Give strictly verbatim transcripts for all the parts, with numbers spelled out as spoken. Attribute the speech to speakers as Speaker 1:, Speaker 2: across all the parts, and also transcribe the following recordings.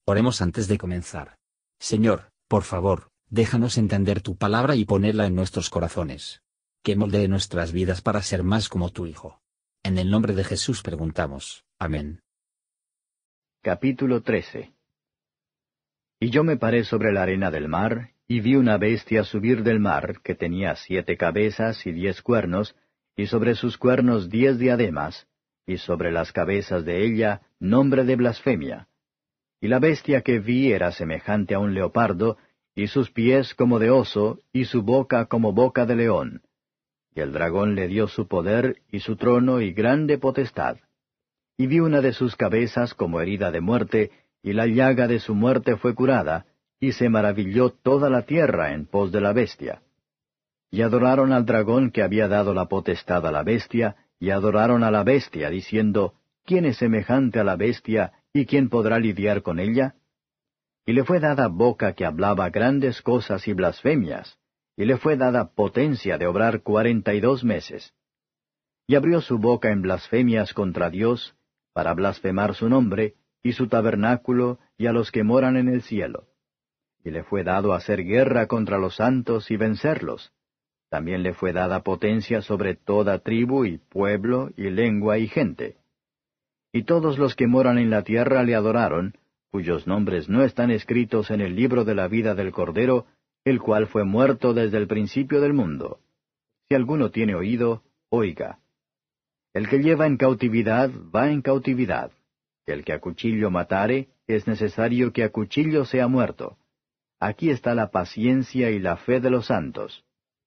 Speaker 1: Oremos antes de comenzar. Señor, por favor, déjanos entender tu palabra y ponerla en nuestros corazones. Que moldee nuestras vidas para ser más como tu Hijo. En el nombre de Jesús preguntamos. Amén.
Speaker 2: Capítulo trece. Y yo me paré sobre la arena del mar, y vi una bestia subir del mar, que tenía siete cabezas y diez cuernos, y sobre sus cuernos diez diademas, y sobre las cabezas de ella nombre de blasfemia. Y la bestia que vi era semejante a un leopardo, y sus pies como de oso, y su boca como boca de león. Y el dragón le dio su poder, y su trono, y grande potestad. Y vi una de sus cabezas como herida de muerte, y la llaga de su muerte fue curada, y se maravilló toda la tierra en pos de la bestia. Y adoraron al dragón que había dado la potestad a la bestia, y adoraron a la bestia, diciendo, ¿quién es semejante a la bestia, y quién podrá lidiar con ella? Y le fue dada boca que hablaba grandes cosas y blasfemias, y le fue dada potencia de obrar cuarenta y dos meses. Y abrió su boca en blasfemias contra Dios, para blasfemar su nombre, y su tabernáculo, y a los que moran en el cielo. Y le fue dado hacer guerra contra los santos y vencerlos. También le fue dada potencia sobre toda tribu y pueblo y lengua y gente. Y todos los que moran en la tierra le adoraron, cuyos nombres no están escritos en el libro de la vida del Cordero, el cual fue muerto desde el principio del mundo. Si alguno tiene oído, oiga. El que lleva en cautividad, va en cautividad. El que a cuchillo matare, es necesario que a cuchillo sea muerto. Aquí está la paciencia y la fe de los santos.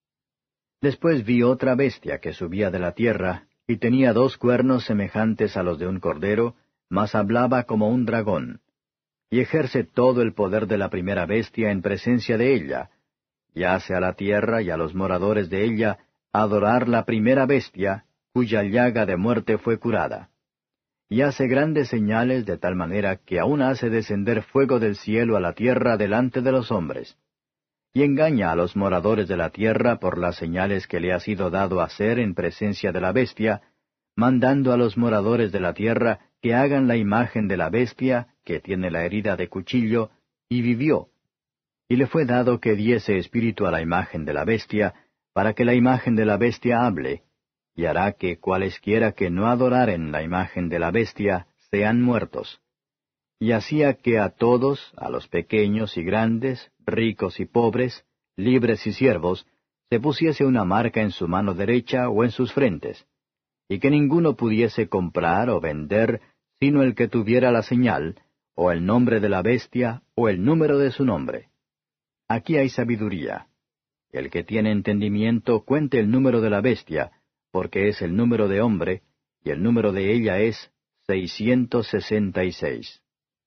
Speaker 2: Después vi otra bestia que subía de la tierra, y tenía dos cuernos semejantes a los de un cordero, mas hablaba como un dragón. Y ejerce todo el poder de la primera bestia en presencia de ella, y hace a la tierra y a los moradores de ella adorar la primera bestia, cuya llaga de muerte fue curada. Y hace grandes señales de tal manera que aún hace descender fuego del cielo a la tierra delante de los hombres. Y engaña a los moradores de la tierra por las señales que le ha sido dado hacer en presencia de la bestia, mandando a los moradores de la tierra que hagan la imagen de la bestia, que tiene la herida de cuchillo, y vivió. Y le fue dado que diese espíritu a la imagen de la bestia, para que la imagen de la bestia hable, y hará que cualesquiera que no adoraren la imagen de la bestia sean muertos. Y hacía que a todos, a los pequeños y grandes, ricos y pobres, libres y siervos, se pusiese una marca en su mano derecha o en sus frentes, y que ninguno pudiese comprar o vender, sino el que tuviera la señal, o el nombre de la bestia, o el número de su nombre. Aquí hay sabiduría. El que tiene entendimiento cuente el número de la bestia, porque es el número de hombre, y el número de ella es seiscientos sesenta y seis.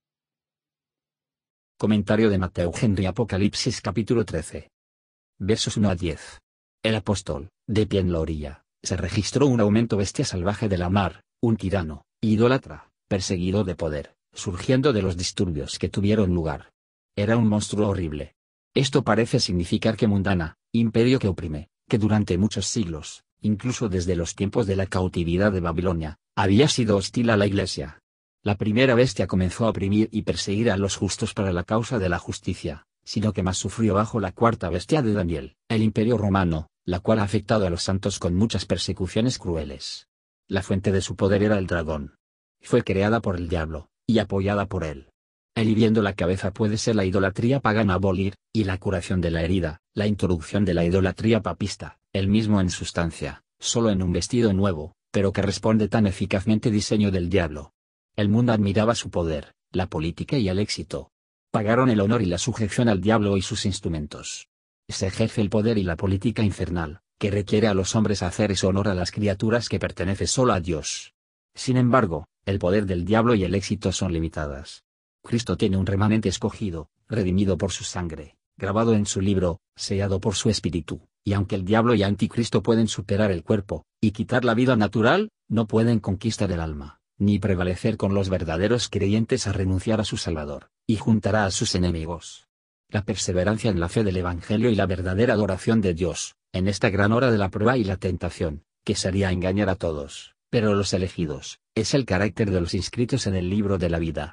Speaker 1: Comentario de Mateo Henry Apocalipsis capítulo trece. Versos uno a diez. El apóstol, de pie en la orilla, se registró un aumento bestia salvaje de la mar, un tirano, idólatra, perseguido de poder, surgiendo de los disturbios que tuvieron lugar. Era un monstruo horrible. Esto parece significar que mundana, imperio que oprime, que durante muchos siglos, incluso desde los tiempos de la cautividad de Babilonia, había sido hostil a la Iglesia. La primera bestia comenzó a oprimir y perseguir a los justos para la causa de la justicia, sino que más sufrió bajo la cuarta bestia de Daniel, el imperio romano, la cual ha afectado a los santos con muchas persecuciones crueles. La fuente de su poder era el dragón. Fue creada por el diablo, y apoyada por él. El hiriendo la cabeza puede ser la idolatría pagana abolir, y la curación de la herida, la introducción de la idolatría papista, el mismo en sustancia, solo en un vestido nuevo, pero que responde tan eficazmente diseño del diablo. El mundo admiraba su poder, la política y el éxito. Pagaron el honor y la sujeción al diablo y sus instrumentos. Se ejerce el poder y la política infernal, que requiere a los hombres hacer ese honor a las criaturas que pertenece solo a Dios. Sin embargo, el poder del diablo y el éxito son limitadas. Cristo tiene un remanente escogido, redimido por su sangre, grabado en su libro, sellado por su espíritu, y aunque el diablo y Anticristo pueden superar el cuerpo, y quitar la vida natural, no pueden conquistar el alma, ni prevalecer con los verdaderos creyentes a renunciar a su Salvador, y juntará a sus enemigos. La perseverancia en la fe del Evangelio y la verdadera adoración de Dios, en esta gran hora de la prueba y la tentación, que sería engañar a todos, pero los elegidos, es el carácter de los inscritos en el libro de la vida.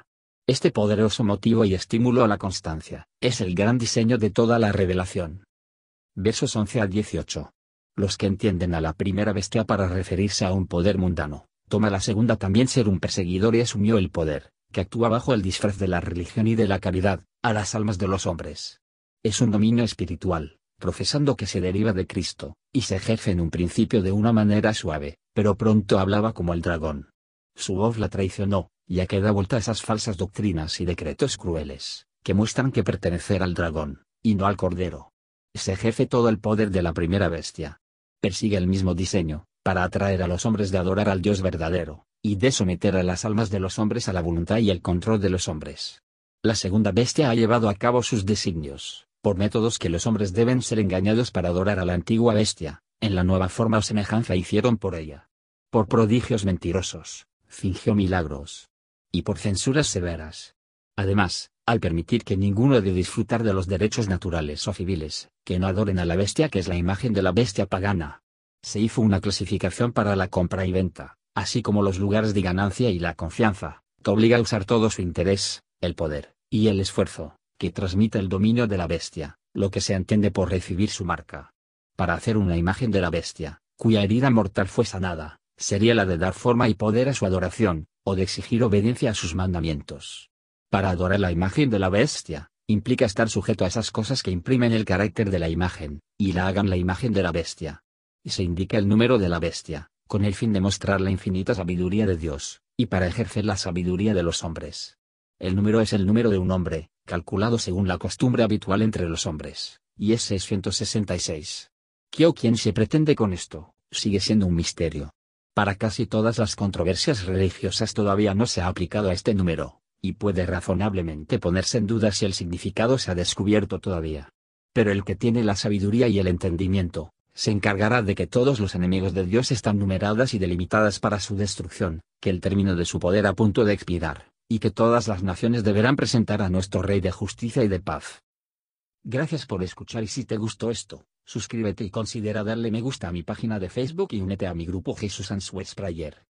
Speaker 1: Este poderoso motivo y estímulo a la constancia, es el gran diseño de toda la revelación. Versos once a dieciocho. Los que entienden a la primera bestia para referirse a un poder mundano, toma la segunda también ser un perseguidor y asumió el poder, que actúa bajo el disfraz de la religión y de la caridad, a las almas de los hombres. Es un dominio espiritual, profesando que se deriva de Cristo, y se ejerce en un principio de una manera suave, pero pronto hablaba como el dragón. Su voz la traicionó, ya que da vuelta a esas falsas doctrinas y decretos crueles, que muestran que pertenecer al dragón, y no al cordero. Se ejerce todo el poder de la primera bestia. Persigue el mismo diseño, para atraer a los hombres de adorar al Dios verdadero, y de someter a las almas de los hombres a la voluntad y el control de los hombres. La segunda bestia ha llevado a cabo sus designios, por métodos que los hombres deben ser engañados para adorar a la antigua bestia, en la nueva forma o semejanza hicieron por ella. Por prodigios mentirosos, fingió milagros. Y por censuras severas. Además, al permitir que ninguno de disfrutar de los derechos naturales o civiles, que no adoren a la bestia que es la imagen de la bestia pagana. Se hizo una clasificación para la compra y venta, así como los lugares de ganancia y la confianza, que obliga a usar todo su interés, el poder, y el esfuerzo, que transmite el dominio de la bestia, lo que se entiende por recibir su marca. Para hacer una imagen de la bestia, cuya herida mortal fue sanada, sería la de dar forma y poder a su adoración, o de exigir obediencia a sus mandamientos. Para adorar la imagen de la bestia, implica estar sujeto a esas cosas que imprimen el carácter de la imagen, y la hagan la imagen de la bestia. Y se indica el número de la bestia, con el fin de mostrar la infinita sabiduría de Dios, y para ejercer la sabiduría de los hombres. El número es el número de un hombre, calculado según la costumbre habitual entre los hombres, y es seiscientos sesenta y seis. ¿Qué o quién se pretende con esto? Sigue siendo un misterio. Para casi todas las controversias religiosas todavía no se ha aplicado a este número, y puede razonablemente ponerse en duda si el significado se ha descubierto todavía. Pero el que tiene la sabiduría y el entendimiento, se encargará de que todos los enemigos de Dios están numeradas y delimitadas para su destrucción, que el término de su poder a punto de expirar, y que todas las naciones deberán presentar a nuestro Rey de justicia y de paz. Gracias por escuchar y si te gustó esto, suscríbete y considera darle me gusta a mi página de Facebook y únete a mi grupo Jesús Answers Prayer.